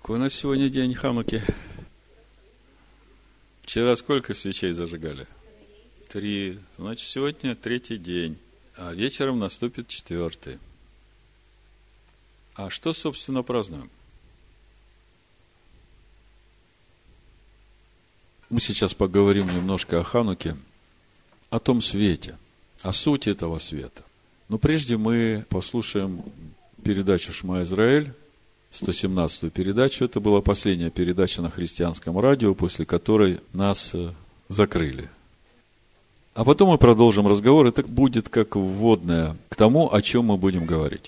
Какой у нас сегодня день Хануки? Вчера сколько свечей зажигали? 3. Значит, сегодня 3-й день. А вечером наступит 4-й. А что, собственно, празднуем? Мы сейчас поговорим немножко о Хануке, о том свете, о сути этого света. Но прежде мы послушаем передачу «Шма Израэль», 117-ю передачу. Это была последняя передача на христианском радио, после которой нас закрыли. А потом мы продолжим разговор. Это будет как вводное к тому, о чем мы будем говорить.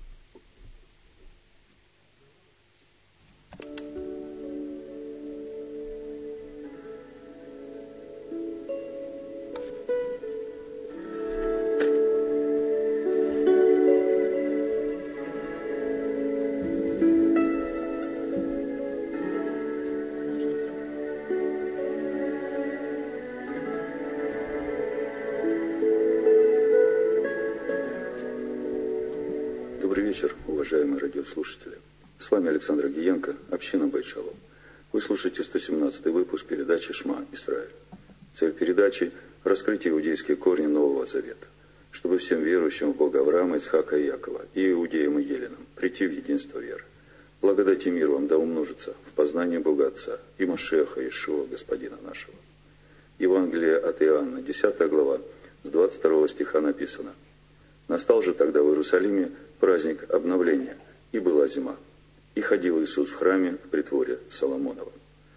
Уважаемые радиослушатели, с вами Александр Агиенко, община Бейт Шалом. Вы слушаете 117-й выпуск передачи «Шма Израэль». Цель передачи – раскрыть иудейские корни Нового Завета, чтобы всем верующим в Бога Авраама, Ицхака и Якова, и иудеям и еленам прийти в единство веры. Благодать и мир вам да умножится в познании Бога Отца и Машеха Иешуа, Господина нашего. Евангелие от Иоанна, 10 глава, с 22 стиха написано: «Настал же тогда в Иерусалиме праздник обновления, и была зима. И ходил Иисус в храме в притворе Соломонова».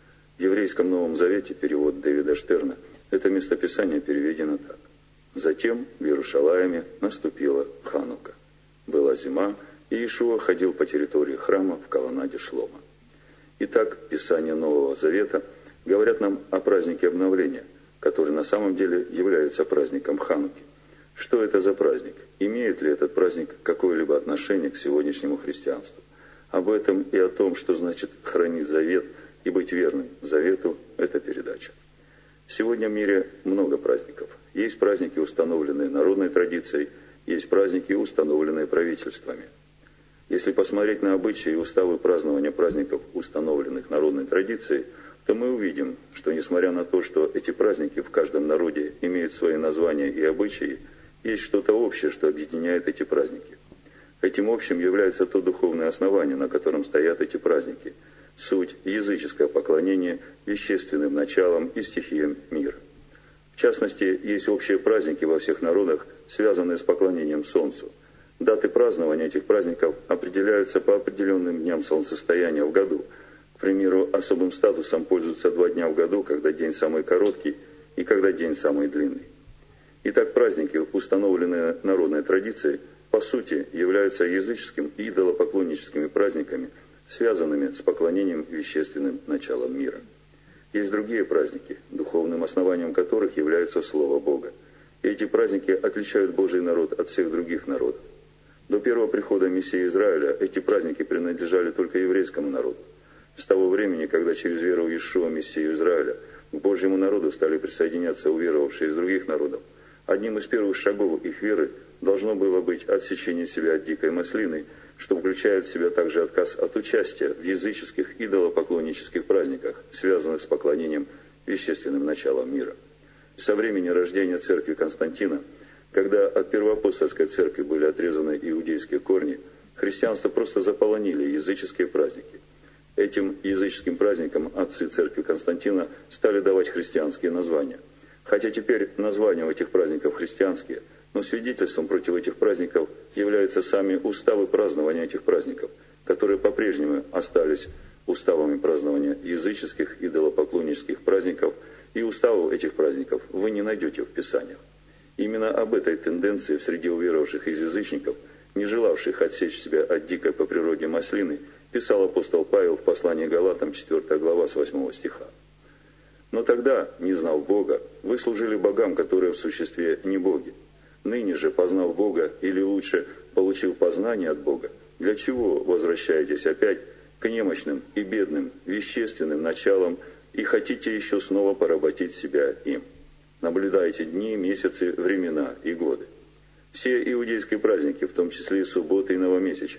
В еврейском Новом Завете перевод Дэвида Штерна это местописание переведено так: «Затем в Иерушалаиме наступила Ханука. Была зима, и Иешуа ходил по территории храма в колоннаде Шлома». Итак, Писания Нового Завета говорят нам о празднике обновления, который на самом деле является праздником Хануки. Что это за праздник? Имеет ли этот праздник какое-либо отношение к сегодняшнему христианству? Об этом и о том, что значит хранить завет и быть верным завету, это передача. Сегодня в мире много праздников. Есть праздники, установленные народной традицией, есть праздники, установленные правительствами. Если посмотреть на обычаи и уставы празднования праздников, установленных народной традицией, то мы увидим, что несмотря на то, что эти праздники в каждом народе имеют свои названия и обычаи, есть что-то общее, что объединяет эти праздники. Этим общим является то духовное основание, на котором стоят эти праздники. Суть – языческое поклонение вещественным началам и стихиям мира. В частности, есть общие праздники во всех народах, связанные с поклонением Солнцу. Даты празднования этих праздников определяются по определенным дням солнцестояния в году. К примеру, особым статусом пользуются 2 дня в году, когда день самый короткий и когда день самый длинный. Итак, праздники, установленные народной традицией, по сути, являются языческим и идолопоклонническими праздниками, связанными с поклонением вещественным началам мира. Есть другие праздники, духовным основанием которых является Слово Бога. И эти праздники отличают Божий народ от всех других народов. До первого прихода Мессии Израиля эти праздники принадлежали только еврейскому народу. С того времени, когда через веру в Иешуа, Мессию Израиля, к Божьему народу стали присоединяться уверовавшие из других народов, одним из первых шагов их веры должно было быть отсечение себя от дикой маслины, что включает в себя также отказ от участия в языческих идолопоклоннических праздниках, связанных с поклонением вещественным началам мира. Со времени рождения церкви Константина, когда от первоапостольской церкви были отрезаны иудейские корни, христианство просто заполонили языческие праздники. Этим языческим праздникам отцы церкви Константина стали давать христианские названия. Хотя теперь названия у этих праздников христианские, но свидетельством против этих праздников являются сами уставы празднования этих праздников, которые по-прежнему остались уставами празднования языческих идолопоклоннических праздников, и уставов этих праздников вы не найдете в Писаниях. Именно об этой тенденции в среде уверовавших из язычников, не желавших отсечь себя от дикой по природе маслины, писал апостол Павел в послании Галатам, 4 глава, с 8 стиха. «Но тогда, не знав Бога, вы служили богам, которые в существе не боги. Ныне же, познав Бога, или лучше, получив познание от Бога, для чего возвращаетесь опять к немощным и бедным, вещественным началам и хотите еще снова поработить себя им? Наблюдайте дни, месяцы, времена и годы. Все иудейские праздники, в том числе и субботы и новомесяча,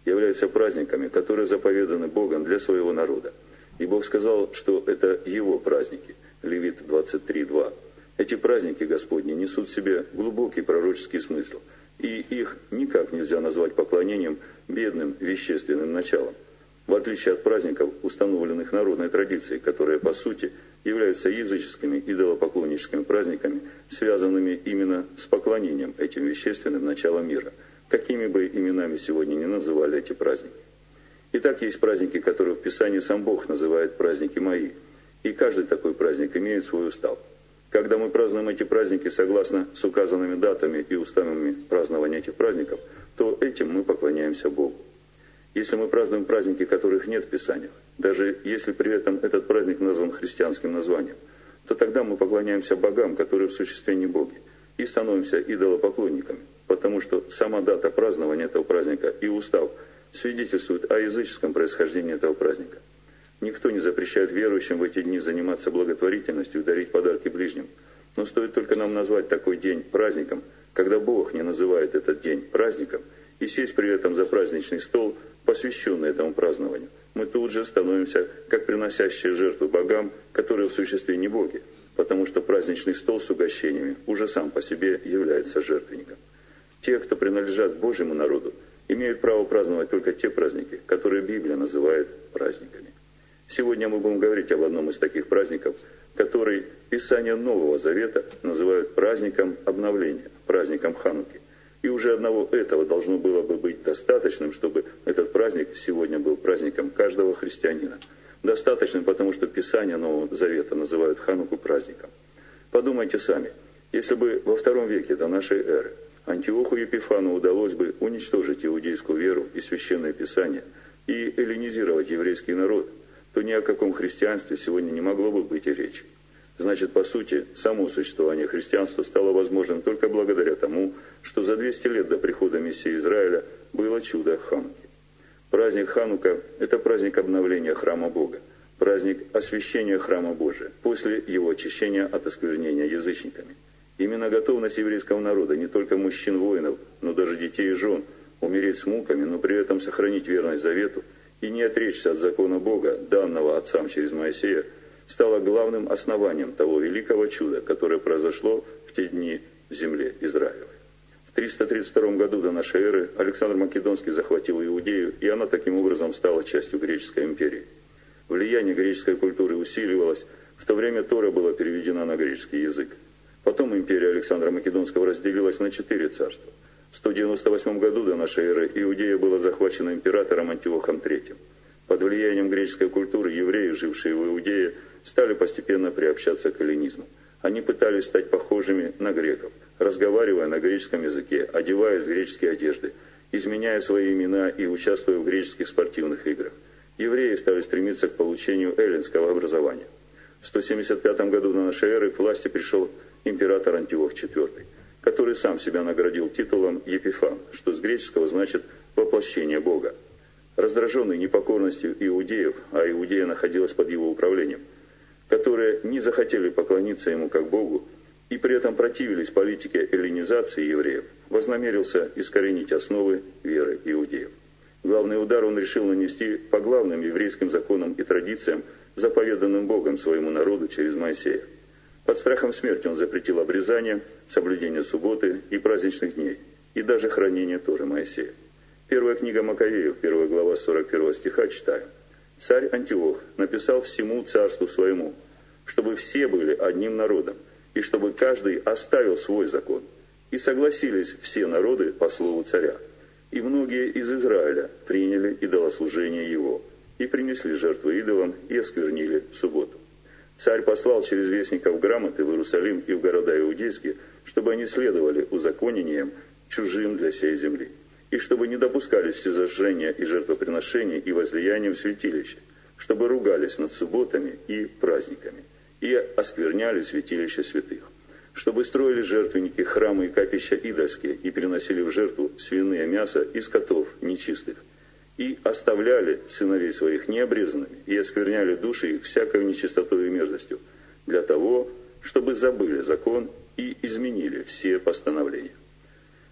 являются праздниками, которые заповеданы Богом для своего народа. И Бог сказал, что это Его праздники. Левит 23:2. Эти праздники Господни несут в себе глубокий пророческий смысл, и их никак нельзя назвать поклонением бедным вещественным началам. В отличие от праздников, установленных народной традицией, которые, по сути, являются языческими идолопоклонническими праздниками, связанными именно с поклонением этим вещественным началам мира, какими бы именами сегодня ни называли эти праздники. Итак, есть праздники, которые в Писании сам Бог называет праздники мои, и каждый такой праздник имеет свой устав. Когда мы празднуем эти праздники согласно с указанными датами и уставами празднования этих праздников, то этим мы поклоняемся Богу. Если мы празднуем праздники, которых нет в Писаниях, даже если при этом этот праздник назван христианским названием, то тогда мы поклоняемся богам, которые в существе не боги, и становимся идолопоклонниками, потому что сама дата празднования этого праздника и устав свидетельствуют о языческом происхождении этого праздника. Никто не запрещает верующим в эти дни заниматься благотворительностью и дарить подарки ближним, но стоит только нам назвать такой день праздником, когда Бог не называет этот день праздником, и сесть при этом за праздничный стол, посвященный этому празднованию, мы тут же становимся как приносящие жертвы богам, которые в существе не боги, потому что праздничный стол с угощениями уже сам по себе является жертвенником. Те, кто принадлежат Божьему народу, имеют право праздновать только те праздники, которые Библия называет праздниками. Сегодня мы будем говорить об одном из таких праздников, который Писание Нового Завета называют праздником обновления, праздником Хануки. И уже одного этого должно было бы быть достаточным, чтобы этот праздник сегодня был праздником каждого христианина. Достаточным, потому что Писание Нового Завета называют Хануку праздником. Подумайте сами, если бы во II веке до нашей эры Антиоху Епифану удалось бы уничтожить иудейскую веру и священное Писание и эллинизировать еврейский народ, то ни о каком христианстве сегодня не могло бы быть и речи. Значит, по сути, само существование христианства стало возможным только благодаря тому, что за 200 лет до прихода Мессии Израиля было чудо Хануки. Праздник Ханука – это праздник обновления храма Бога, праздник освящения храма Божия после его очищения от осквернения язычниками. Именно готовность еврейского народа, не только мужчин-воинов, но даже детей и жен, умереть с муками, но при этом сохранить верность завету и не отречься от закона Бога, данного отцам через Моисея, стало главным основанием того великого чуда, которое произошло в те дни в земле Израилевой. В 332 году до нашей эры Александр Македонский захватил Иудею, и она таким образом стала частью греческой империи. Влияние греческой культуры усиливалось, в то время Тора была переведена на греческий язык. Потом империя Александра Македонского разделилась на 4 царства. В 198 году до нашей эры Иудея была захвачена императором Антиохом III. Под влиянием греческой культуры евреи, жившие в Иудее, стали постепенно приобщаться к эллинизму. Они пытались стать похожими на греков, разговаривая на греческом языке, одеваясь в греческие одежды, изменяя свои имена и участвуя в греческих спортивных играх. Евреи стали стремиться к получению эллинского образования. В 175 году до нашей эры к власти пришел император Антиох IV, который сам себя наградил титулом Епифан, что с греческого значит «воплощение Бога». Раздраженный непокорностью иудеев, а Иудея находилась под его управлением, которые не захотели поклониться ему как Богу и при этом противились политике эллинизации евреев, вознамерился искоренить основы веры иудеев. Главный удар он решил нанести по главным еврейским законам и традициям, заповеданным Богом своему народу через Моисея. Под страхом смерти он запретил обрезание, соблюдение субботы и праздничных дней, и даже хранение Торы Моисея. Первая книга Маковеев, 1 глава 41 стиха читаем. «Царь Антиох написал всему царству своему, чтобы все были одним народом, и чтобы каждый оставил свой закон. И согласились все народы по слову царя. И многие из Израиля приняли идолослужение его, и принесли жертвы идолам, и осквернили субботу. Царь послал через вестников грамоты в Иерусалим и в города иудейские, чтобы они следовали узаконениям чужим для сей земли, и чтобы не допускались всезажжения и жертвоприношений и возлияния в святилище, чтобы ругались над субботами и праздниками, и оскверняли святилище святых, чтобы строили жертвенники, храмы и капища идольские, и приносили в жертву свиное мясо и скотов нечистых, и оставляли сыновей своих необрезанными, и оскверняли души их всякой нечистотой и мерзостью, для того, чтобы забыли закон и изменили все постановления».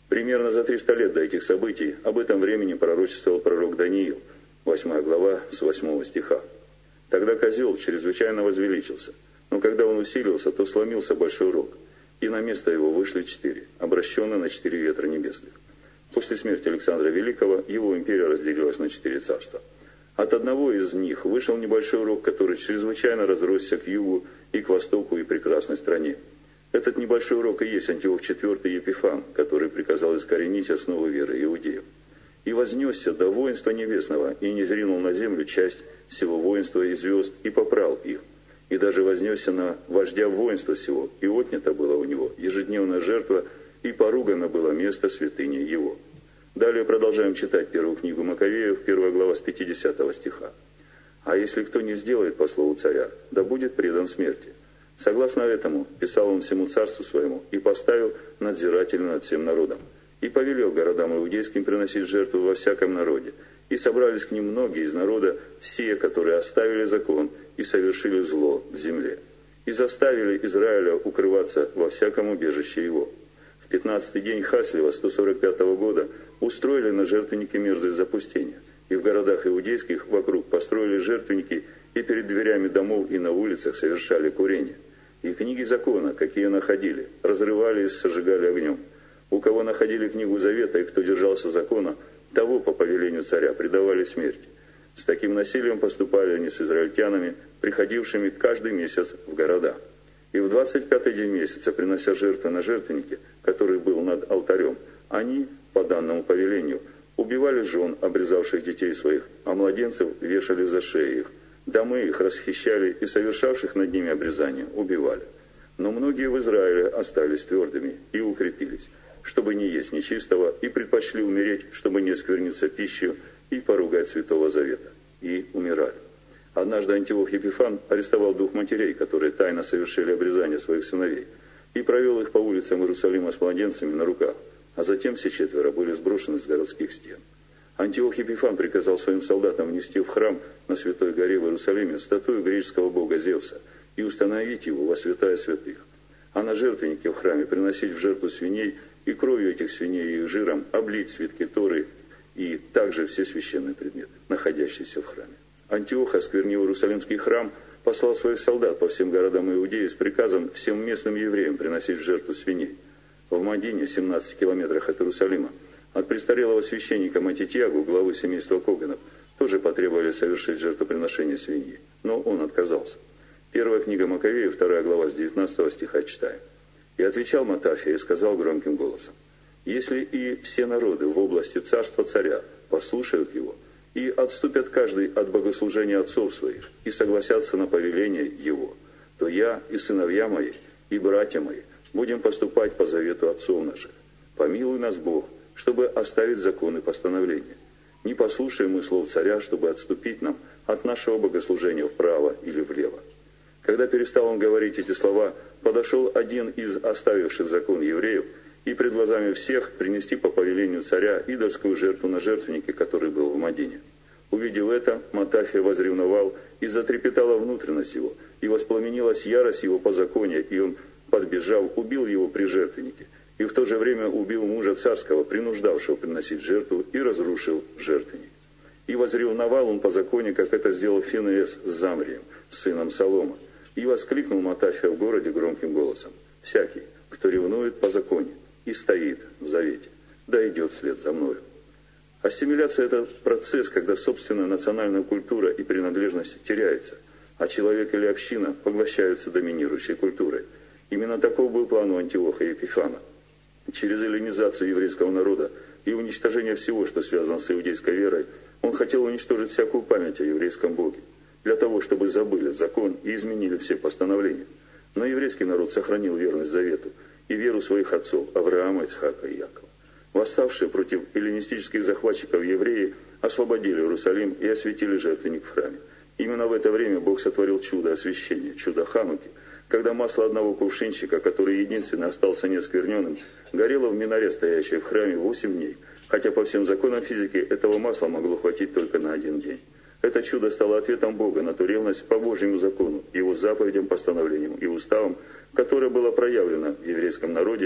Примерно за 300 лет до этих событий об этом времени пророчествовал пророк Даниил, 8 глава с 8 стиха. «Тогда козел чрезвычайно возвеличился, но когда он усилился, то сломился большой рог, и на место его вышли 4, обращенные на 4 ветра небесных. После смерти Александра Великого его империя разделилась на 4 царства. От одного из них вышел небольшой рог, который чрезвычайно разросся к югу и к востоку и прекрасной стране. Этот небольшой рог и есть Антиох IV Епифан, который приказал искоренить основы веры иудеев. И вознесся до воинства небесного, и низвринул на землю часть всего воинства и звезд, и попрал их. И даже вознесся на вождя воинства сего, и отнято было у него ежедневная жертва, и поругано было место святыни его». Далее продолжаем читать первую книгу Маковеев, 1 глава с 50 стиха. «А если кто не сделает по слову царя, да будет предан смерти. Согласно этому писал он всему царству своему и поставил надзирателя над всем народом. И повелел городам иудейским приносить жертву во всяком народе. И собрались к ним многие из народа, все, которые оставили закон и совершили зло в земле. И заставили Израиля укрываться во всяком убежище его. В 15-й день Хаслева 145 года устроили на жертвеннике мерзость запустения, и в городах иудейских вокруг построили жертвенники, и перед дверями домов и на улицах совершали курение. И книги закона, какие находили, разрывали и сожигали огнем. У кого находили книгу завета и кто держался закона, того по повелению царя предавали смерти. С таким насилием поступали они с израильтянами, приходившими каждый месяц в города. И в 25-й день месяца, принося жертвы на жертвеннике, который был над алтарем, они, по данному повелению, убивали жен, обрезавших детей своих, а младенцев вешали за шеи их. Домы их расхищали и совершавших над ними обрезание убивали. Но многие в Израиле остались твердыми и укрепились, чтобы не есть нечистого, и предпочли умереть, чтобы не оскверниться пищей и поругать Святого Завета, и умирали. Однажды Антиох Епифан арестовал 2 матерей, которые тайно совершили обрезание своих сыновей, и провел их по улицам Иерусалима с младенцами на руках, а затем все 4 были сброшены с городских стен. Антиох Епифан приказал своим солдатам внести в храм на Святой горе в Иерусалиме статую греческого бога Зевса и установить его во святая святых, а на жертвеннике в храме приносить в жертву свиней и кровью этих свиней и их жиром облить свитки Торы и также все священные предметы, находящиеся в храме. Антиох, осквернив Иерусалимский храм, послал своих солдат по всем городам Иудеи с приказом всем местным евреям приносить в жертву свиней. В Мадине, 17 километрах от Иерусалима, от престарелого священника Матитьягу, главы семейства Коганов, тоже потребовали совершить жертвоприношение свиньи, но он отказался. Первая книга Маковеев, 2 глава с 19 стиха читаем. «И отвечал Матафия и сказал громким голосом: если и все народы в области царства царя послушают его и отступят каждый от богослужения отцов своих и согласятся на повеление его, то я и сыновья мои, и братья мои будем поступать по завету отцов наших. Помилуй нас Бог, чтобы оставить законы и постановления. Не послушаем мы слов царя, чтобы отступить нам от нашего богослужения вправо или влево». Когда перестал он говорить эти слова, подошел один из оставивших закон евреев и пред глазами всех принести по повелению царя идольскую жертву на жертвеннике, который был в Мадине. Увидев это, Матафия возревновал, и затрепетала внутренность его, и воспламенилась ярость его по законе, и он, подбежав, убил его при жертвеннике, и в то же время убил мужа царского, принуждавшего приносить жертву, и разрушил жертвенник. И возревновал он по законе, как это сделал Финеас с Замрием, сыном Салома. И воскликнул Матафия в городе громким голосом: «Всякий, кто ревнует по законе и стоит в завете, да идет вслед за мною». Ассимиляция – это процесс, когда собственная национальная культура и принадлежность теряется, а человек или община поглощаются доминирующей культурой. Именно таков был план у Антиоха Епифана. Через эллинизацию еврейского народа и уничтожение всего, что связано с иудейской верой, он хотел уничтожить всякую память о еврейском Боге, для того, чтобы забыли закон и изменили все постановления. Но еврейский народ сохранил верность завету и веру своих отцов Авраама, Ицхака и Якова. Восставшие против эллинистических захватчиков евреи освободили Иерусалим и осветили жертвенник в храме. Именно в это время Бог сотворил чудо освящения, чудо Хануки, когда масло одного кувшинчика, который единственно остался неоскверненным, горело в миноре, стоящей в храме, 8 дней, хотя по всем законам физики этого масла могло хватить только на 1 день. Это чудо стало ответом Бога на ту ревность по Божьему закону, Его заповедям, постановлениям и уставам, которое было проявлено в еврейском народе в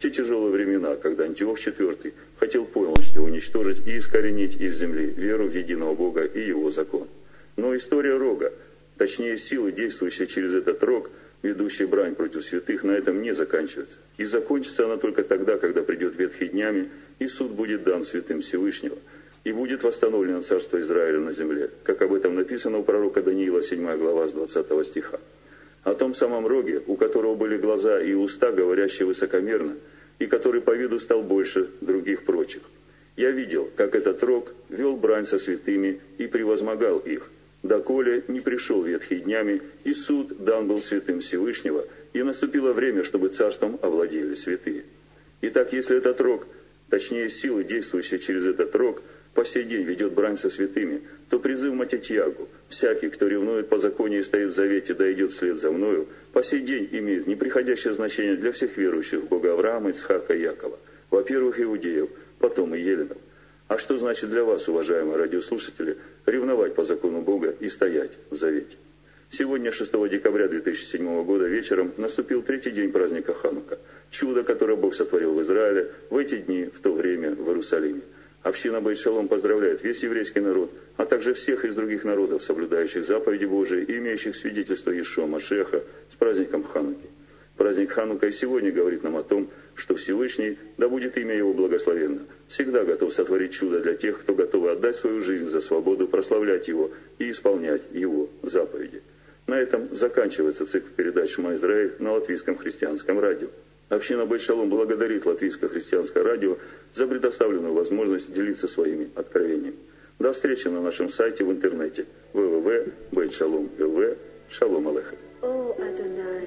те тяжелые времена, когда Антиох IV хотел полностью уничтожить и искоренить из земли веру в единого Бога и его закон. Но история рога, точнее силы, действующие через этот рог, ведущие брань против святых, на этом не заканчивается. И закончится она только тогда, когда придет ветхий днями, и суд будет дан святым Всевышнего, и будет восстановлено царство Израиля на земле, как об этом написано у пророка Даниила, 7 глава, с 20 стиха. О том самом роге, у которого были глаза и уста, говорящие высокомерно, и который по виду стал больше других прочих. Я видел, как этот рог вел брань со святыми и превозмогал их, доколе не пришел ветхий днями, и суд дан был святым Всевышнего, и наступило время, чтобы царством овладели святые. Итак, если этот рог, точнее силы, действующие через этот рог, по сей день ведет брань со святыми, то призыв Матитьягу, всякий, кто ревнует по закону и стоит в завете, да идет вслед за мною, по сей день имеет неприходящее значение для всех верующих в Бога Авраама, Ицхака и Якова. Во-первых, иудеев, потом и еленов. А что значит для вас, уважаемые радиослушатели, ревновать по закону Бога и стоять в завете? Сегодня, 6 декабря 2007 года вечером, наступил третий день праздника Ханука, чудо, которое Бог сотворил в Израиле в эти дни, в то время в Иерусалиме. Община Бейт Шалом поздравляет весь еврейский народ, а также всех из других народов, соблюдающих заповеди Божии и имеющих свидетельство Иешуа Машеха с праздником Хануки. Праздник Ханука и сегодня говорит нам о том, что Всевышний, да будет имя Его благословенно, всегда готов сотворить чудо для тех, кто готов отдать свою жизнь за свободу, прославлять Его и исполнять Его заповеди. На этом заканчивается цикл передач «Шма Израиль» на латвийском христианском радио. Община Бейт Шалом благодарит Латвийское христианское радио за предоставленную возможность делиться своими откровениями. До встречи на нашем сайте в интернете www.beitshalom.lv. Шалом алейхем. О Адонай,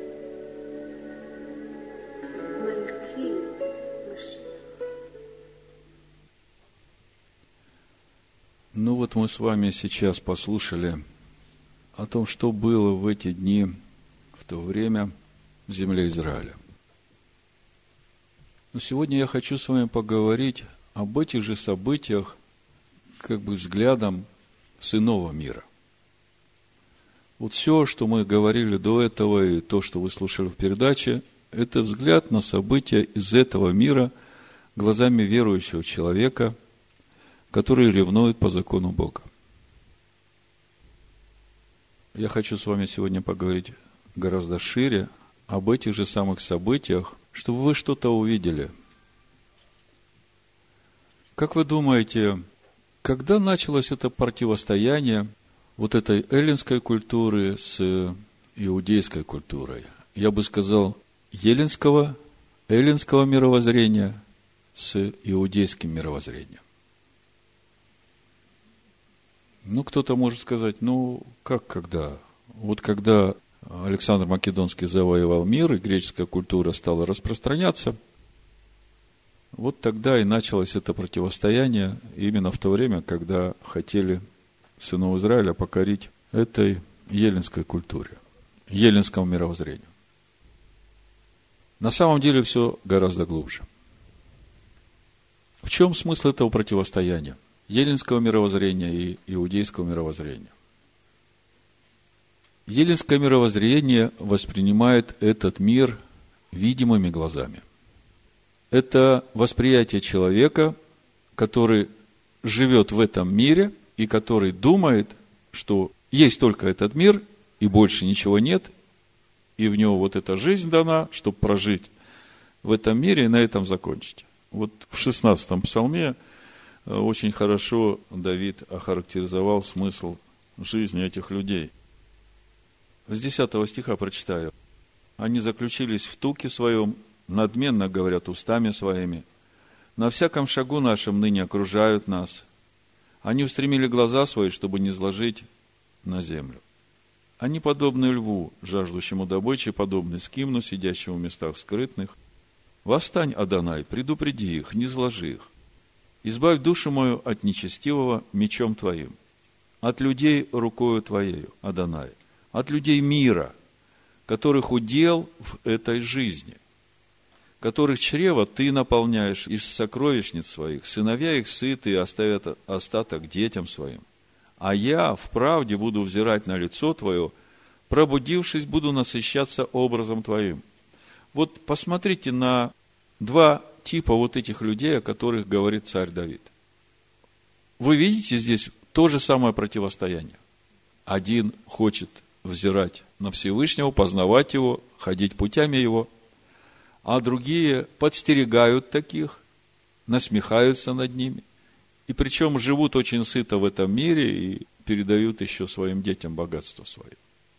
Малки Машиах. Ну вот мы с вами сейчас послушали о том, что было в эти дни, в то время в земле Израиля. Но сегодня я хочу с вами поговорить об этих же событиях, как бы взглядом с иного мира. Вот все, что мы говорили до этого, и то, что вы слушали в передаче, это взгляд на события из этого мира глазами верующего человека, который ревнует по закону Бога. Я хочу с вами сегодня поговорить гораздо шире об этих же самых событиях, чтобы вы что-то увидели. Как вы думаете, когда началось это противостояние вот этой эллинской культуры с иудейской культурой? Я бы сказал, эллинского мировоззрения с иудейским мировоззрением. Ну, кто-то может сказать, как когда? Вот когда Александр Македонский завоевал мир, и греческая культура стала распространяться, вот тогда и началось это противостояние, именно в то время, когда хотели сынов Израиля покорить этой эллинской культуре, эллинскому мировоззрению. На самом деле все гораздо глубже. В чем смысл этого противостояния? Эллинского мировоззрения и иудейского мировоззрения. Эллинское мировоззрение воспринимает этот мир видимыми глазами. Это восприятие человека, который живет в этом мире и который думает, что есть только этот мир и больше ничего нет, и в него вот эта жизнь дана, чтобы прожить в этом мире и на этом закончить. Вот в 16-м псалме очень хорошо Давид охарактеризовал смысл жизни этих людей. С 10 стиха прочитаю. Они заключились в туке своем, надменно говорят устами своими. На всяком шагу нашем ныне окружают нас. Они устремили глаза свои, чтобы не сложить на землю. Они подобны льву, жаждущему добычи, подобны скимну, сидящему в местах скрытных. Восстань, Адонай, предупреди их, не зложи их. Избавь душу мою от нечестивого мечом твоим, от людей рукою твоею, Адонай, от людей мира, которых удел в этой жизни, которых чрево ты наполняешь из сокровищниц своих, сыновья их сыты и оставят остаток детям своим. А я вправде буду взирать на лицо твое, пробудившись, буду насыщаться образом твоим. Вот посмотрите на два типа вот этих людей, о которых говорит царь Давид. Вы видите здесь то же самое противостояние. Один хочет взирать на Всевышнего, познавать Его, ходить путями Его, а другие подстерегают таких, насмехаются над ними, и причем живут очень сыто в этом мире и передают еще своим детям богатство свое.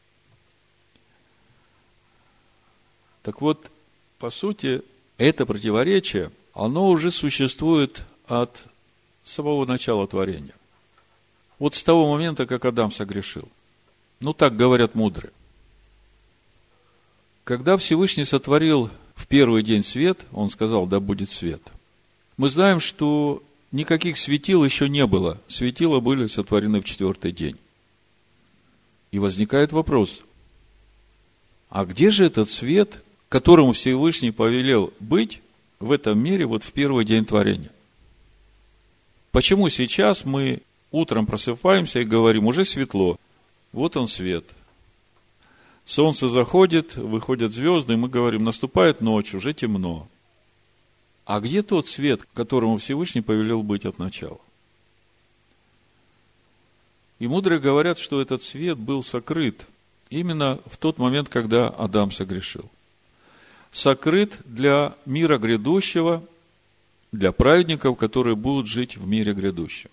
Так вот, по сути, это противоречие, оно уже существует от самого начала творения. Вот с того момента, как Адам согрешил. Ну, так говорят мудрые. Когда Всевышний сотворил в первый день свет, Он сказал: да будет свет. Мы знаем, что никаких светил еще не было. Светила были сотворены в четвертый день. И возникает вопрос: а где же этот свет, которому Всевышний повелел быть в этом мире вот в первый день творения? Почему сейчас мы утром просыпаемся и говорим: уже светло, вот он свет. Солнце заходит, выходят звезды, и мы говорим: наступает ночь, уже темно. А где тот свет, которому Всевышний повелел быть от начала? И мудрые говорят, что этот свет был сокрыт именно в тот момент, когда Адам согрешил. Сокрыт для мира грядущего, для праведников, которые будут жить в мире грядущем.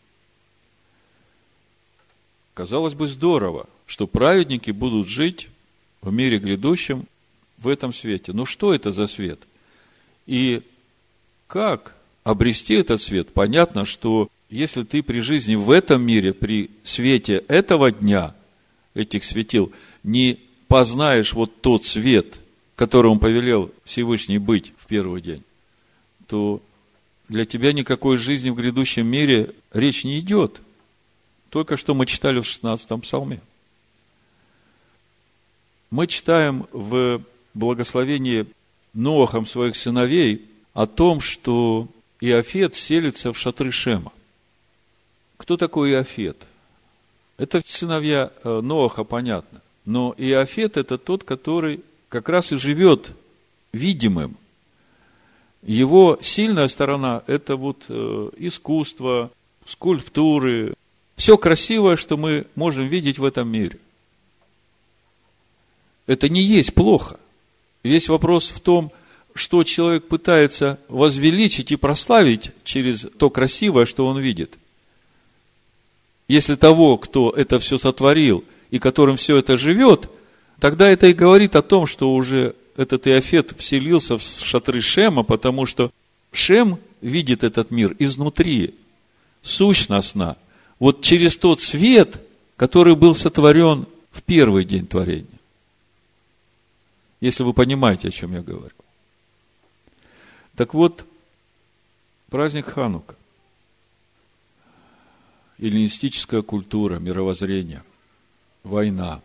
Казалось бы, здорово, что праведники будут жить в мире грядущем в этом свете. Но что это за свет? И как обрести этот свет? Понятно, что если ты при жизни в этом мире, при свете этого дня, этих светил, не познаешь вот тот свет, которому повелел Всевышний быть в первый день, то для тебя никакой жизни в грядущем мире речь не идет. Только что мы читали в 16-м псалме. Мы читаем в благословении Ноахом своих сыновей о том, что Иафет селится в шатры Шема. Кто такой Иафет? Это сыновья Ноаха, понятно. Но Иафет – это тот, который как раз и живет видимым. Его сильная сторона – это вот искусство, скульптуры, все красивое, что мы можем видеть в этом мире. Это не есть плохо. Весь вопрос в том, что человек пытается возвеличить и прославить через то красивое, что он видит. Если того, кто это все сотворил и которым все это живет, тогда это и говорит о том, что уже этот Иафет вселился в шатры Шема, потому что Шем видит этот мир изнутри, сущностно, вот через тот свет, который был сотворен в первый день творения. Если вы понимаете, о чем я говорю. Так вот, праздник Ханука, эллинистическая культура, мировоззрение, война.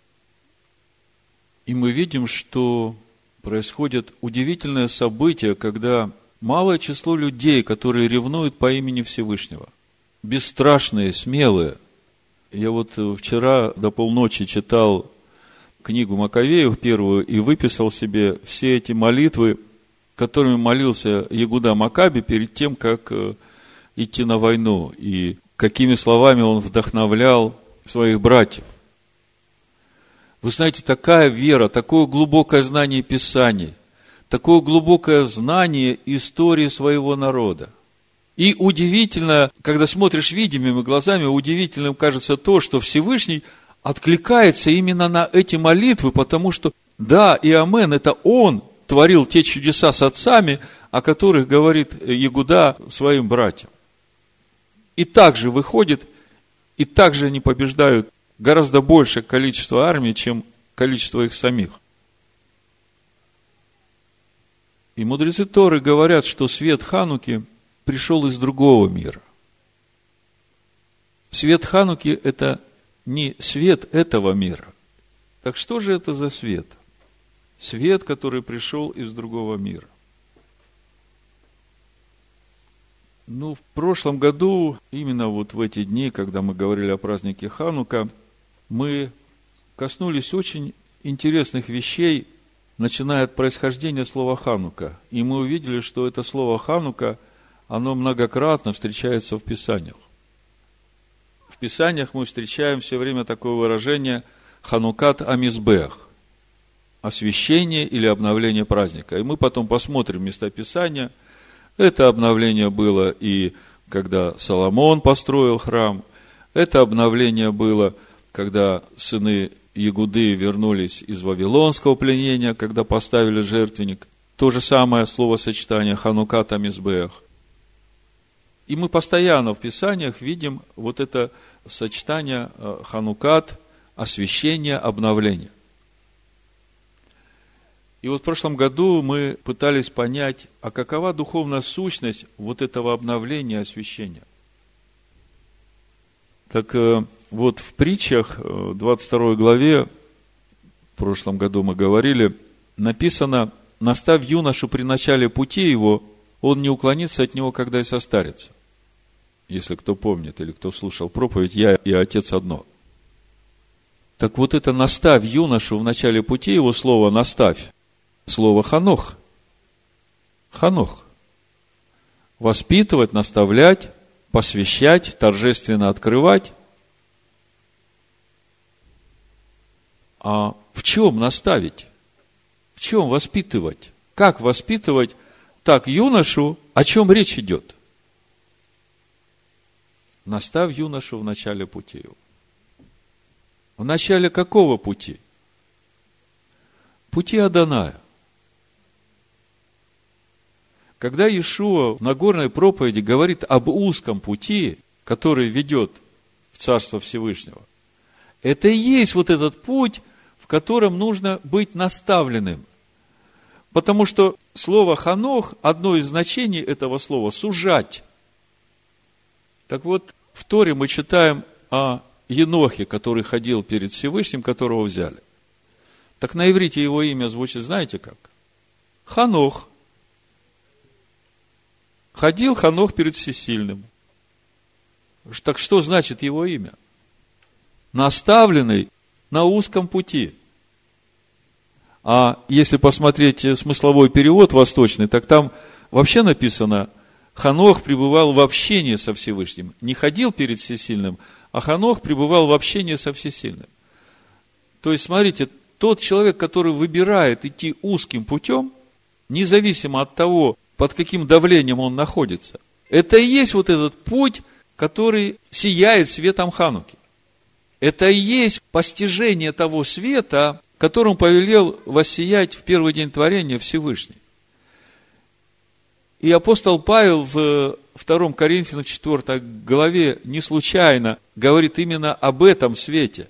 И мы видим, что происходят удивительные события, когда малое число людей, которые ревнуют по имени Всевышнего, бесстрашные, смелые. Я вот вчера до полночи читал книгу Маковеев первую и выписал себе все эти молитвы, которыми молился Ягуда Макаби перед тем, как идти на войну, и какими словами он вдохновлял своих братьев. Вы знаете, такая вера, такое глубокое знание Писаний, такое глубокое знание истории своего народа. И удивительно, когда смотришь видимыми глазами, удивительным кажется то, что Всевышний откликается именно на эти молитвы, потому что, да, и амен, это Он творил те чудеса с отцами, о которых говорит Ягуда своим братьям. И также выходит, и также они побеждают гораздо большее количество армий, чем количество их самих. И мудрецы Торы говорят, что свет Хануки пришел из другого мира. Свет Хануки – это не свет этого мира. Так что же это за свет? Свет, который пришел из другого мира. В прошлом году, именно вот в эти дни, когда мы говорили о празднике Ханука, мы коснулись очень интересных вещей, начиная от происхождения слова «ханука». И мы увидели, что это слово «ханука», оно многократно встречается в Писаниях. В Писаниях мы встречаем все время такое выражение «ханукат амизбех» – освящение или обновление праздника. И мы потом посмотрим местописания. Это обновление было и когда Соломон построил храм. Это обновление было, когда сыны Егуды вернулись из Вавилонского пленения, когда поставили жертвенник. То же самое словосочетание «ханукат амизбех». И мы постоянно в Писаниях видим вот это сочетание ханукат, освящение, обновление. И вот в прошлом году мы пытались понять, а какова духовная сущность вот этого обновления, освящения. Так вот в притчах, 22 главе, в прошлом году мы говорили, написано: «Наставь юношу при начале пути его, он не уклонится от него, когда и состарится». Если кто помнит, или кто слушал проповедь, «Я и Отец одно». Так вот это «наставь юношу в начале пути его», слово «наставь», слово «ханох». Ханох. Воспитывать, наставлять, посвящать, торжественно открывать. А в чем наставить? В чем воспитывать? Как воспитывать так юношу? О чем речь идет? Наставь юношу в начале пути его. В начале какого пути? Пути Адоная. Когда Иешуа в Нагорной проповеди говорит об узком пути, который ведет в Царство Всевышнего, это и есть вот этот путь, в котором нужно быть наставленным. Потому что слово «ханох», одно из значений этого слова – «сужать». Так вот, в Торе мы читаем о Енохе, который ходил перед Всевышним, которого взяли. Так на иврите его имя звучит, знаете как? Ханох. Ходил Ханох перед Всесильным. Так что значит его имя? Наставленный на узком пути. А если посмотреть смысловой перевод восточный, так там вообще написано: Ханох пребывал в общении со Всевышним. Не ходил перед Всесильным, а Ханох пребывал в общении со Всесильным. То есть, смотрите, тот человек, который выбирает идти узким путем, независимо от того, под каким давлением он находится, это и есть вот этот путь, который сияет светом Хануки. Это и есть постижение того света, которым повелел воссиять в первый день творения Всевышний. И апостол Павел в 2 Коринфянам 4 главе не случайно говорит именно об этом свете.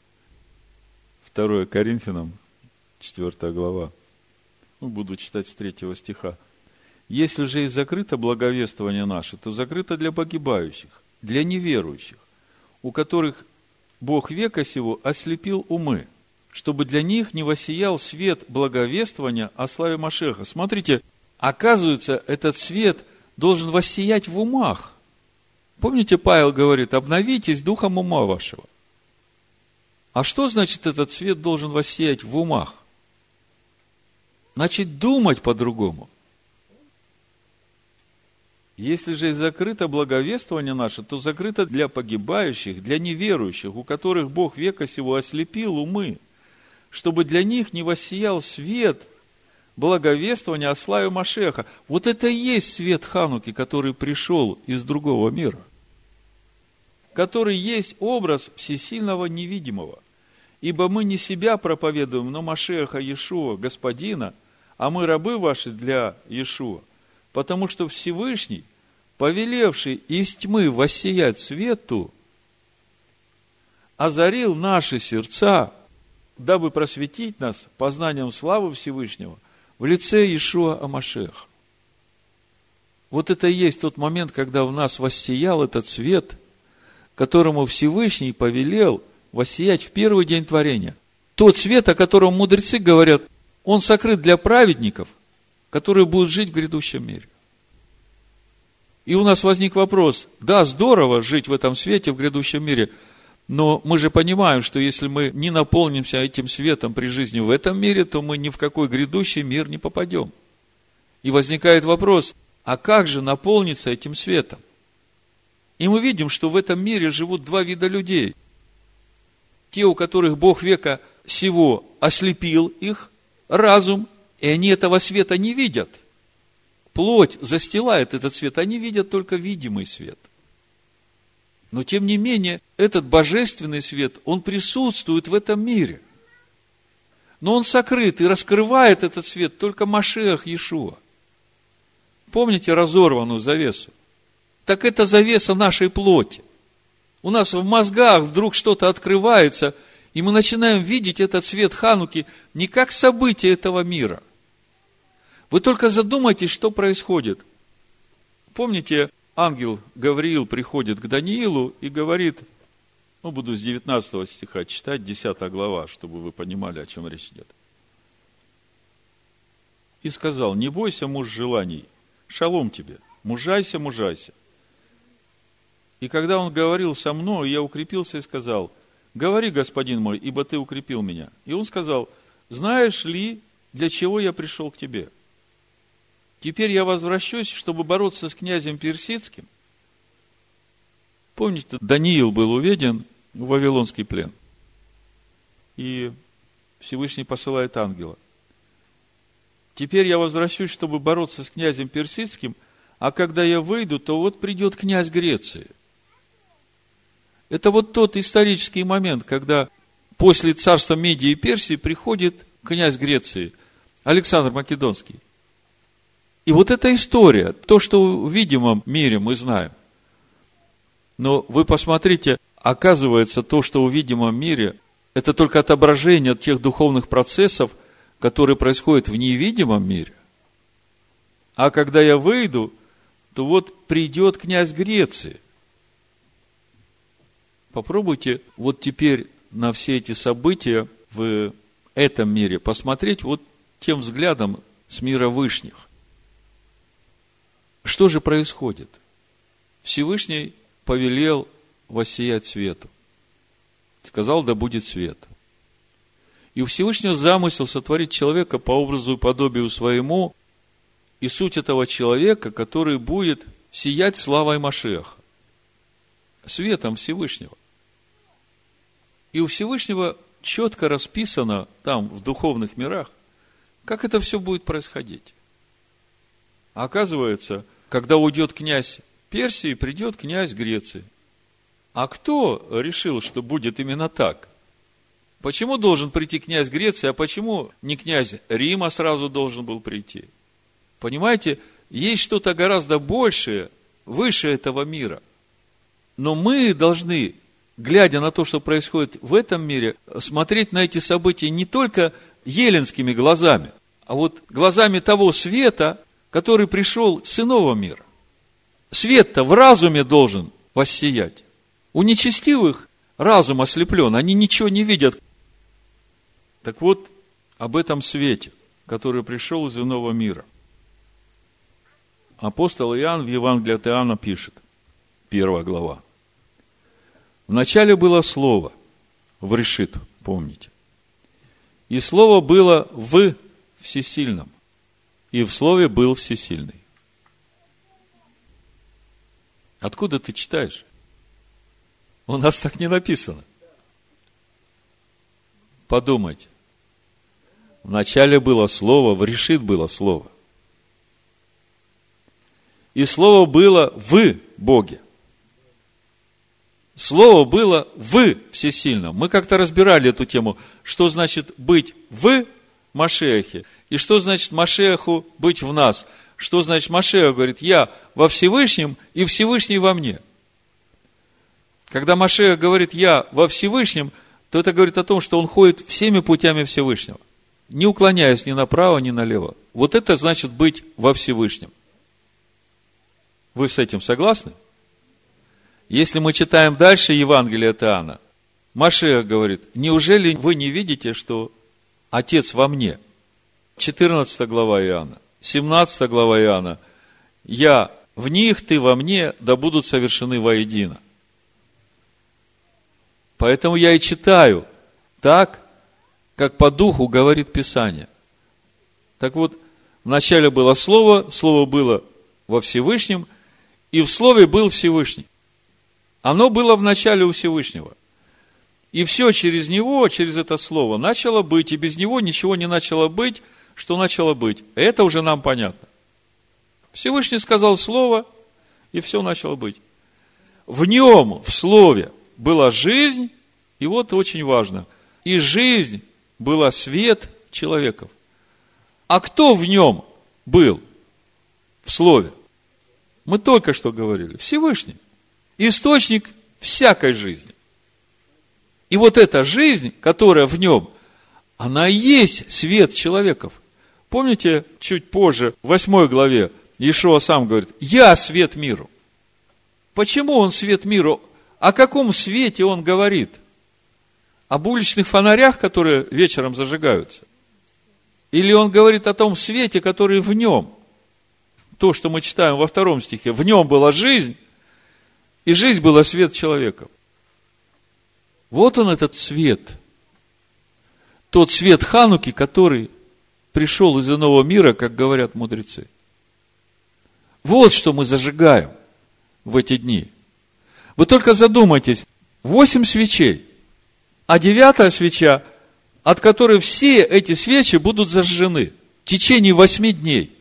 2 Коринфянам 4 глава. Буду читать с 3 стиха. «Если же и закрыто благовествование наше, то закрыто для погибающих, для неверующих, у которых Бог века сего ослепил умы, чтобы для них не воссиял свет благовествования о славе Машеха». Смотрите, оказывается, этот свет должен воссиять в умах. Помните, Павел говорит: обновитесь духом ума вашего. А что значит этот свет должен воссиять в умах? Значит, думать по-другому. Если же и закрыто благовествование наше, то закрыто для погибающих, для неверующих, у которых Бог века сего ослепил умы, чтобы для них не воссиял свет благовествования о славе Машеха. Вот это и есть свет Хануки, который пришел из другого мира, который есть образ всесильного невидимого. Ибо мы не себя проповедуем, но Машеха Иешуа, Господина, а мы рабы ваши для Иешуа, потому что Всевышний, повелевший из тьмы воссиять свету, озарил наши сердца, дабы просветить нас познанием славы Всевышнего в лице Иешуа а-Машеха. Вот это и есть тот момент, когда в нас воссиял этот свет, которому Всевышний повелел воссиять в первый день творения. Тот свет, о котором мудрецы говорят, он сокрыт для праведников, которые будут жить в грядущем мире. И у нас возник вопрос: да, здорово жить в этом свете в грядущем мире, Но мы же понимаем, что если мы не наполнимся этим светом при жизни в этом мире, то мы ни в какой грядущий мир не попадем. И возникает вопрос, а как же наполниться этим светом? И мы видим, что в этом мире живут два вида людей. Те, у которых Бог века сего ослепил их разум, и они этого света не видят. Плоть застилает этот свет, они видят только видимый свет. Но, тем не менее, этот божественный свет, он присутствует в этом мире. Но он сокрыт и раскрывает этот свет только Машиах Иешуа. Помните разорванную завесу? Так это завеса нашей плоти. У нас в мозгах вдруг что-то открывается, и мы начинаем видеть этот свет Хануки не как событие этого мира. Вы только задумайтесь, что происходит. Помните, ангел Гавриил приходит к Даниилу и говорит, буду с 19 стиха читать, 10 глава, чтобы вы понимали, о чем речь идет. И сказал: не бойся, муж желаний, шалом тебе, мужайся, мужайся. И когда он говорил со мной, я укрепился и сказал: говори, господин мой, ибо ты укрепил меня. И он сказал: знаешь ли, для чего я пришел к тебе? Теперь я возвращусь, чтобы бороться с князем персидским. Помните, Даниил был уведен в вавилонский плен. И Всевышний посылает ангела. Теперь я возвращусь, чтобы бороться с князем персидским, а когда я выйду, то вот придет князь Греции. Это вот тот исторический момент, когда после царства Медии и Персии приходит князь Греции, Александр Македонский. И вот эта история, то, что в видимом мире мы знаем. Но вы посмотрите, оказывается, то, что в видимом мире, это только отображение тех духовных процессов, которые происходят в невидимом мире. А когда я выйду, то вот придет князь Греции. Попробуйте вот теперь на все эти события в этом мире посмотреть вот тем взглядом с мира вышних. Что же происходит? Всевышний повелел воссиять свету. Сказал: да будет свет. И у Всевышнего замысел сотворить человека по образу и подобию своему, и суть этого человека, который будет сиять славой Машиаха, светом Всевышнего. И у Всевышнего четко расписано там, в духовных мирах, как это все будет происходить. А оказывается, когда уйдет князь Персии, придет князь Греции. А кто решил, что будет именно так? Почему должен прийти князь Греции, а почему не князь Рима сразу должен был прийти? Понимаете, есть что-то гораздо большее, выше этого мира. Но мы должны, глядя на то, что происходит в этом мире, смотреть на эти события не только еленскими глазами, а вот глазами того света, который пришел с иного мира. Свет-то в разуме должен воссиять. У нечестивых разум ослеплен, они ничего не видят. Так вот, об этом свете, который пришел из иного мира. Апостол Иоанн в Евангелии от Иоанна пишет, 1 глава. Вначале было Слово, в решит, помните. И Слово было в всесильном. И в Слове был всесильный. Откуда ты читаешь? У нас так не написано. Подумайте. Вначале было Слово, в решит было Слово. И Слово было в Боге. Слово было в всесильном. Мы как-то разбирали эту тему, что значит быть в Машиахе, и что значит Машиаху быть в нас. Что значит Машиах говорит: я во Всевышнем, и Всевышний во мне. Когда Машиах говорит: я во Всевышнем, то это говорит о том, что он ходит всеми путями Всевышнего, не уклоняясь ни направо, ни налево. Вот это значит быть во Всевышнем. Вы с этим согласны? Если мы читаем дальше Евангелие от Иоанна, Машиах говорит: неужели вы не видите, что Отец во мне? 14 глава Иоанна, 17 глава Иоанна. Я в них, ты во мне, да будут совершены воедино. Поэтому я и читаю так, как по духу говорит Писание. Так вот, вначале было Слово, Слово было во Всевышнем, и в Слове был Всевышний. Оно было в начале у Всевышнего. И все через него, через это Слово начало быть, и без него ничего не начало быть, что начало быть. Это уже нам понятно. Всевышний сказал Слово, и все начало быть. В нем, в Слове, была жизнь, и вот очень важно, и жизнь была свет человеков. А кто в нем был? В Слове. Мы только что говорили. Всевышний. Источник всякой жизни. И вот эта жизнь, которая в нем, она и есть свет человеков. Помните, чуть позже, в 8 главе, Иешуа сам говорит: «Я свет миру». Почему он свет миру? О каком свете он говорит? Об уличных фонарях, которые вечером зажигаются? Или он говорит о том свете, который в нем? То, что мы читаем во 2 стихе. В нем была жизнь, и жизнь была свет человека. Вот он, этот свет. Тот свет Хануки, который пришел из иного мира, как говорят мудрецы. Вот что мы зажигаем в эти дни. Вы только задумайтесь, 8 свечей, а 9 свеча, от которой все эти свечи будут зажжены в течение 8 дней.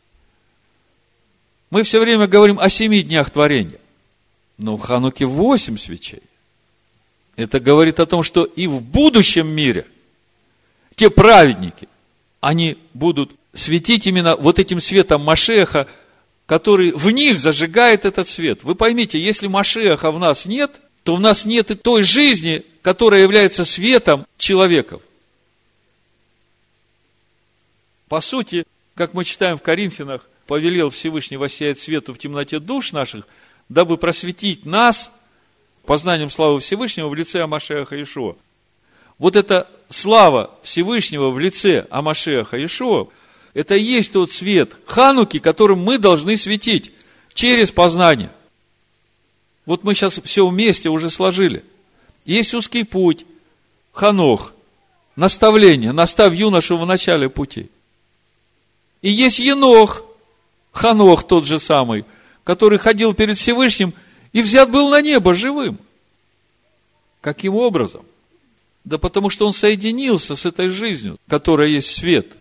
Мы все время говорим о 7 днях творения, но в Хануке 8 свечей. Это говорит о том, что и в будущем мире те праведники, они будут светить именно вот этим светом Машиаха, который в них зажигает этот свет. Вы поймите, если Машиаха в нас нет, то в нас нет и той жизни, которая является светом человеков. По сути, как мы читаем в Коринфянах, повелел Всевышний воссиять свету в темноте душ наших, дабы просветить нас познанием славы Всевышнего в лице Амашиаха Иешуа. Вот эта слава Всевышнего в лице Амашиаха Иешуа, это и есть тот свет Хануки, которым мы должны светить через познание. Вот мы сейчас все вместе уже сложили. Есть узкий путь, Ханох, наставление, наставь юношу в начале пути. И есть Енох, Ханох тот же самый, который ходил перед Всевышним и взят был на небо живым. Каким образом? Да потому что он соединился с этой жизнью, которая есть свет.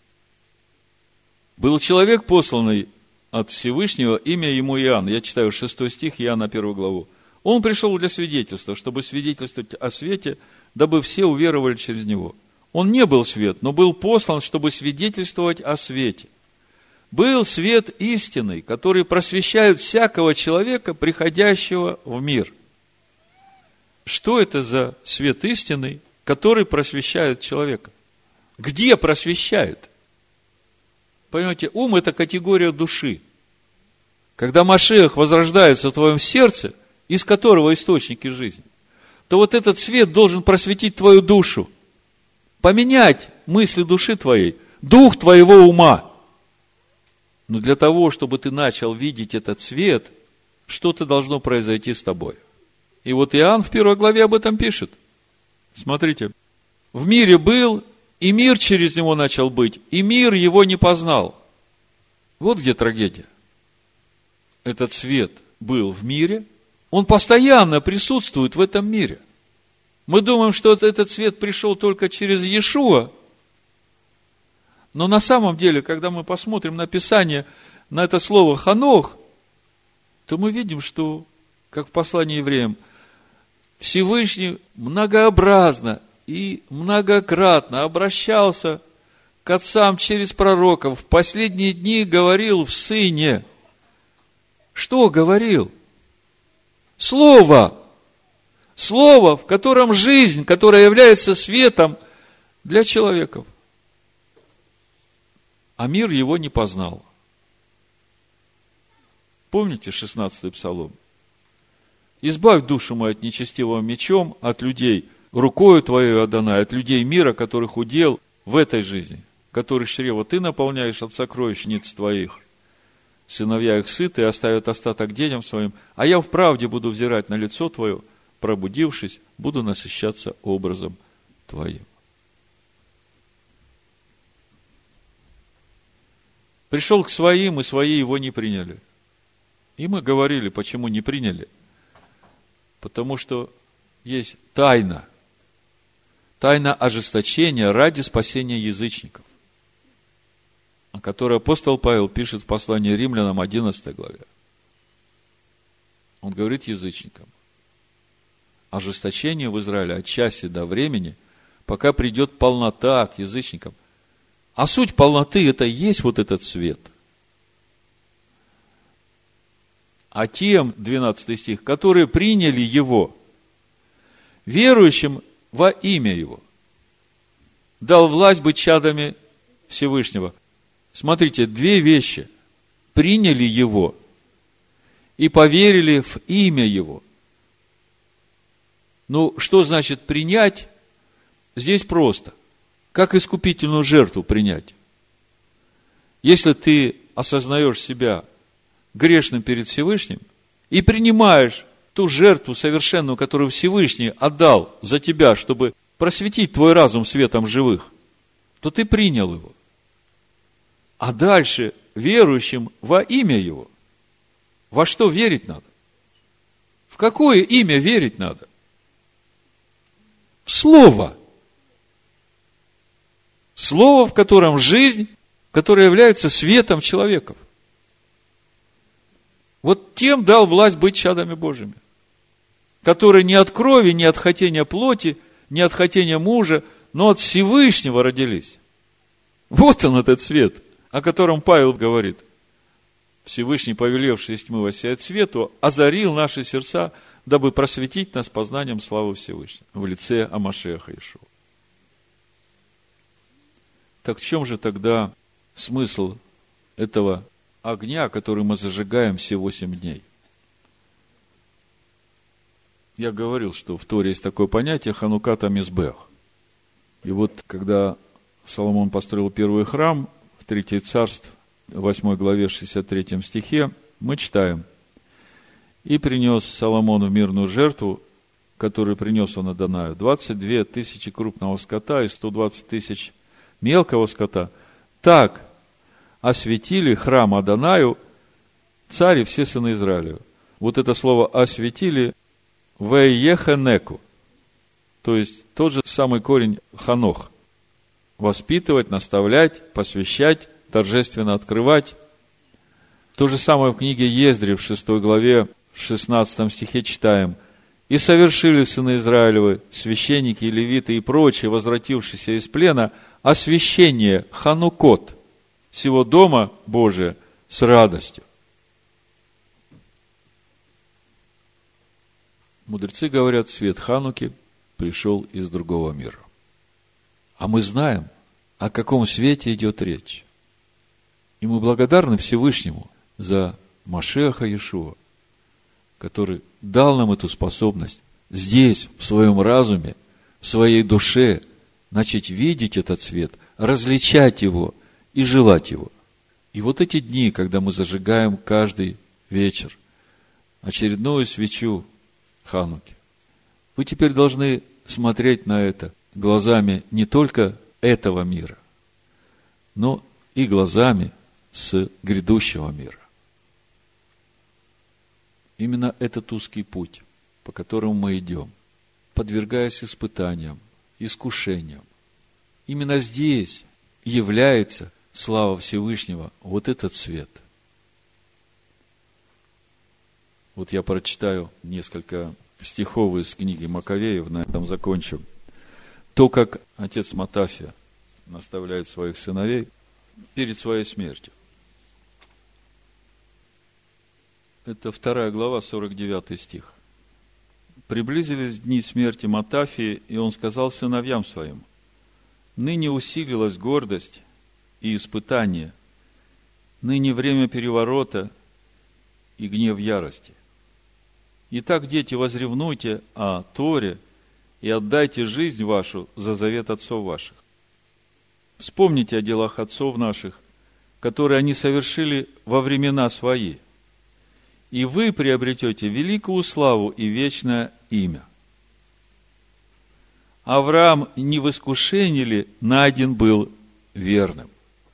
Был человек, посланный от Всевышнего, имя ему Иоанн. Я читаю 6 стих Иоанна 1 главу. Он пришел для свидетельства, чтобы свидетельствовать о свете, дабы все уверовали через него. Он не был свет, но был послан, чтобы свидетельствовать о свете. Был свет истинный, который просвещает всякого человека, приходящего в мир. Что это за свет истинный, который просвещает человека? Где просвещает? Понимаете, ум – это категория души. Когда Машиах возрождается в твоем сердце, из которого источники жизни, то вот этот свет должен просветить твою душу, поменять мысли души твоей, дух твоего ума. Но для того, чтобы ты начал видеть этот свет, что-то должно произойти с тобой. И вот Иоанн в 1 главе об этом пишет. Смотрите. В мире был, и мир через него начал быть, и мир его не познал. Вот где трагедия. Этот свет был в мире, он постоянно присутствует в этом мире. Мы думаем, что этот свет пришел только через Иешуа, но на самом деле, когда мы посмотрим на Писание, на это слово «Ханох», то мы видим, что, как в послании евреям, Всевышний многообразно и многократно обращался к отцам через пророков. В последние дни говорил в Сыне. Что говорил? Слово. Слово, в котором жизнь, которая является светом для человеков. А мир его не познал. Помните 16-й псалом? «Избавь душу мою от нечестивого мечом, от людей рукою твоей, Адонай, от людей мира, которых удел в этой жизни, которых чрево ты наполняешь от сокровищниц твоих. Сыновья их сыты и оставят остаток детям своим, а я вправде буду взирать на лицо твое, пробудившись, буду насыщаться образом Твоим. Пришел к своим, и свои его не приняли. И мы говорили, почему не приняли. Потому что есть тайна. Тайна ожесточения ради спасения язычников, о которой апостол Павел пишет в послании Римлянам 11 главе. Он говорит язычникам: ожесточение в Израиле от часи до времени, пока придет полнота к язычникам. А суть полноты – это и есть вот этот свет. А тем, 12 стих, которые приняли его, верующим во имя его, дал власть быть чадами Всевышнего. Смотрите, две вещи. Приняли его и поверили в имя его. Ну, что значит принять? Здесь просто. Как искупительную жертву принять? Если ты осознаешь себя грешным перед Всевышним и принимаешь ту жертву совершенную, которую Всевышний отдал за тебя, чтобы просветить твой разум светом живых, то ты принял его. А дальше верующим во имя его. Во что верить надо? В какое имя верить надо? В Слово. Слово, в котором жизнь, которое является светом человеков. Вот тем дал власть быть чадами Божьими, которые не от крови, не от хотения плоти, не от хотения мужа, но от Всевышнего родились. Вот он, этот свет, о котором Павел говорит. Всевышний, повелевший из тьмы воссиять свету, озарил наши сердца, дабы просветить нас познанием славы Всевышнего в лице Амашеха Иешуа. Так в чем же тогда смысл этого огня, который мы зажигаем все 8 дней? Я говорил, что в Торе есть такое понятие Ханукат Амизбех. И вот, когда Соломон построил первый храм в 3 Царств, 8 главе, 63 стихе, мы читаем: «И принес Соломон в мирную жертву, которую принес он Адонаю, 22 тысячи крупного скота и 120 тысяч мелкого скота. Так осветили храм Адонаю царь и все сыны Израилю». Вот это слово «осветили» «веехенеку», то есть тот же самый корень «ханох». Воспитывать, наставлять, посвящать, торжественно открывать. То же самое в книге Ездри в 6 главе, в 16 стихе читаем: «И совершили сыны Израилевы, священники и левиты и прочие, возвратившиеся из плена, освящение Ханукот всего дома Божия с радостью». Мудрецы говорят, свет Хануки пришел из другого мира. А мы знаем, о каком свете идет речь. И мы благодарны Всевышнему за Машеха Иешуа, который дал нам эту способность здесь, в своем разуме, в своей душе, начать видеть этот свет, различать его и желать его. И вот эти дни, когда мы зажигаем каждый вечер очередную свечу Хануки, вы теперь должны смотреть на это глазами не только этого мира, но и глазами с грядущего мира. Именно этот узкий путь, по которому мы идем, подвергаясь испытаниям, искушениям, именно здесь является слава Всевышнего, вот этот свет. Вот я прочитаю несколько стихов из книги Маковеев, на этом закончу. То, как отец Матафия наставляет своих сыновей перед своей смертью. Это 2 глава, 49 стих. «Приблизились дни смерти Матафии, и он сказал сыновьям своим: ныне усилилась гордость и испытание, ныне время переворота и гнев ярости. Итак, дети, возревнуйте о Торе и отдайте жизнь вашу за завет отцов ваших. Вспомните о делах отцов наших, которые они совершили во времена свои, и вы приобретете великую славу и вечное имя. Авраам не в искушении ли найден был верным?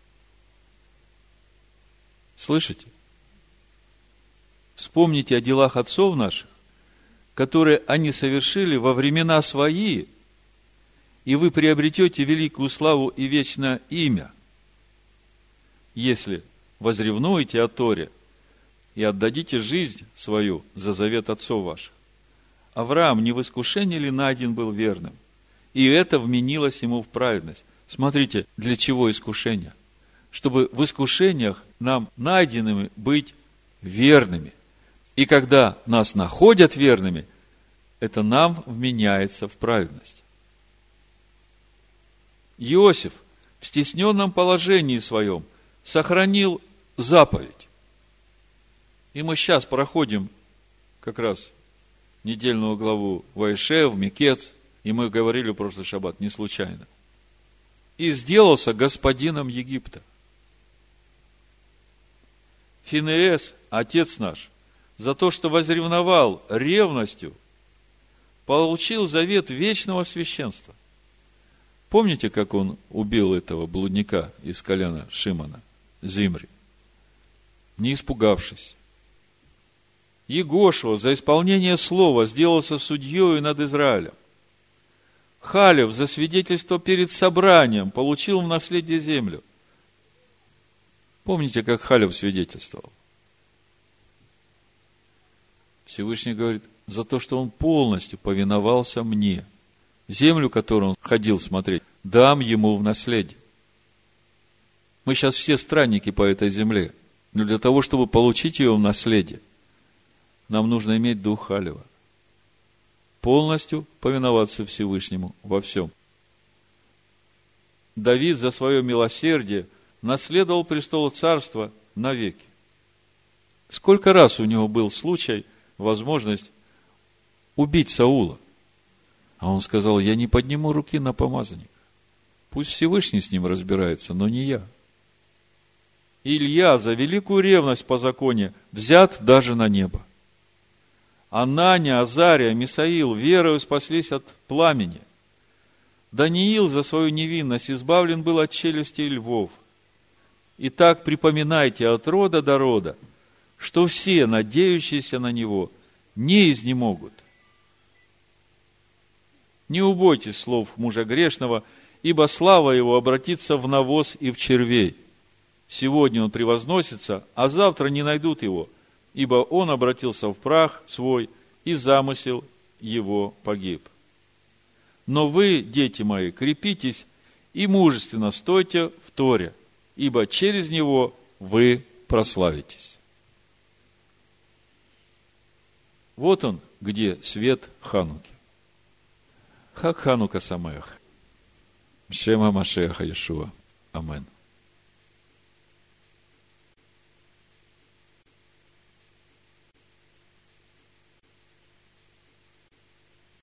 Слышите? Вспомните о делах отцов наших, которые они совершили во времена свои, и вы приобретете великую славу и вечное имя, если возревнуете о Торе и отдадите жизнь свою за завет отцов ваших. Авраам не в искушении ли найден был верным? И это вменилось ему в праведность. Смотрите, для чего искушение? Чтобы в искушениях нам найденными быть верными. И когда нас находят верными, это нам вменяется в праведность. Иосиф в стесненном положении своем сохранил заповедь. И мы сейчас проходим как раз недельную главу Ваишев, Микец, и мы говорили в прошлый шаббат, не случайно. И сделался господином Египта. Финеес, отец наш, за то, что возревновал ревностью, получил завет вечного священства. Помните, как он убил этого блудника из колена Шимона, Зимри? Не испугавшись. Егошуа за исполнение слова сделался судьей над Израилем. Халев за свидетельство перед собранием получил в наследие землю. Помните, как Халев свидетельствовал? Всевышний говорит, за то, что он полностью повиновался мне. Землю, которую он ходил смотреть, дам ему в наследие. Мы сейчас все странники по этой земле. Но для того, чтобы получить ее в наследие, нам нужно иметь дух Халева. Полностью повиноваться Всевышнему во всем. Давид за свое милосердие наследовал престол царства навеки. Сколько раз у него был случай, возможность убить Саула. А он сказал, я не подниму руки на помазанника. Пусть Всевышний с ним разбирается, но не я. Илья за великую ревность по законе взят даже на небо. Анания, Азария, Мисаил верою спаслись от пламени. Даниил за свою невинность избавлен был от челюсти львов. Итак, припоминайте от рода до рода, что все, надеющиеся на него, не изнемогут. Не убойтесь слов мужа грешного, ибо слава его обратится в навоз и в червей. Сегодня он превозносится, а завтра не найдут его, ибо он обратился в прах свой, и замысел его погиб. Но вы, дети мои, крепитесь и мужественно стойте в Торе, ибо через него вы прославитесь. Вот он, где свет Хануки. Хаг Ханука Самеах. Шема Машеха Иешуа. Амен.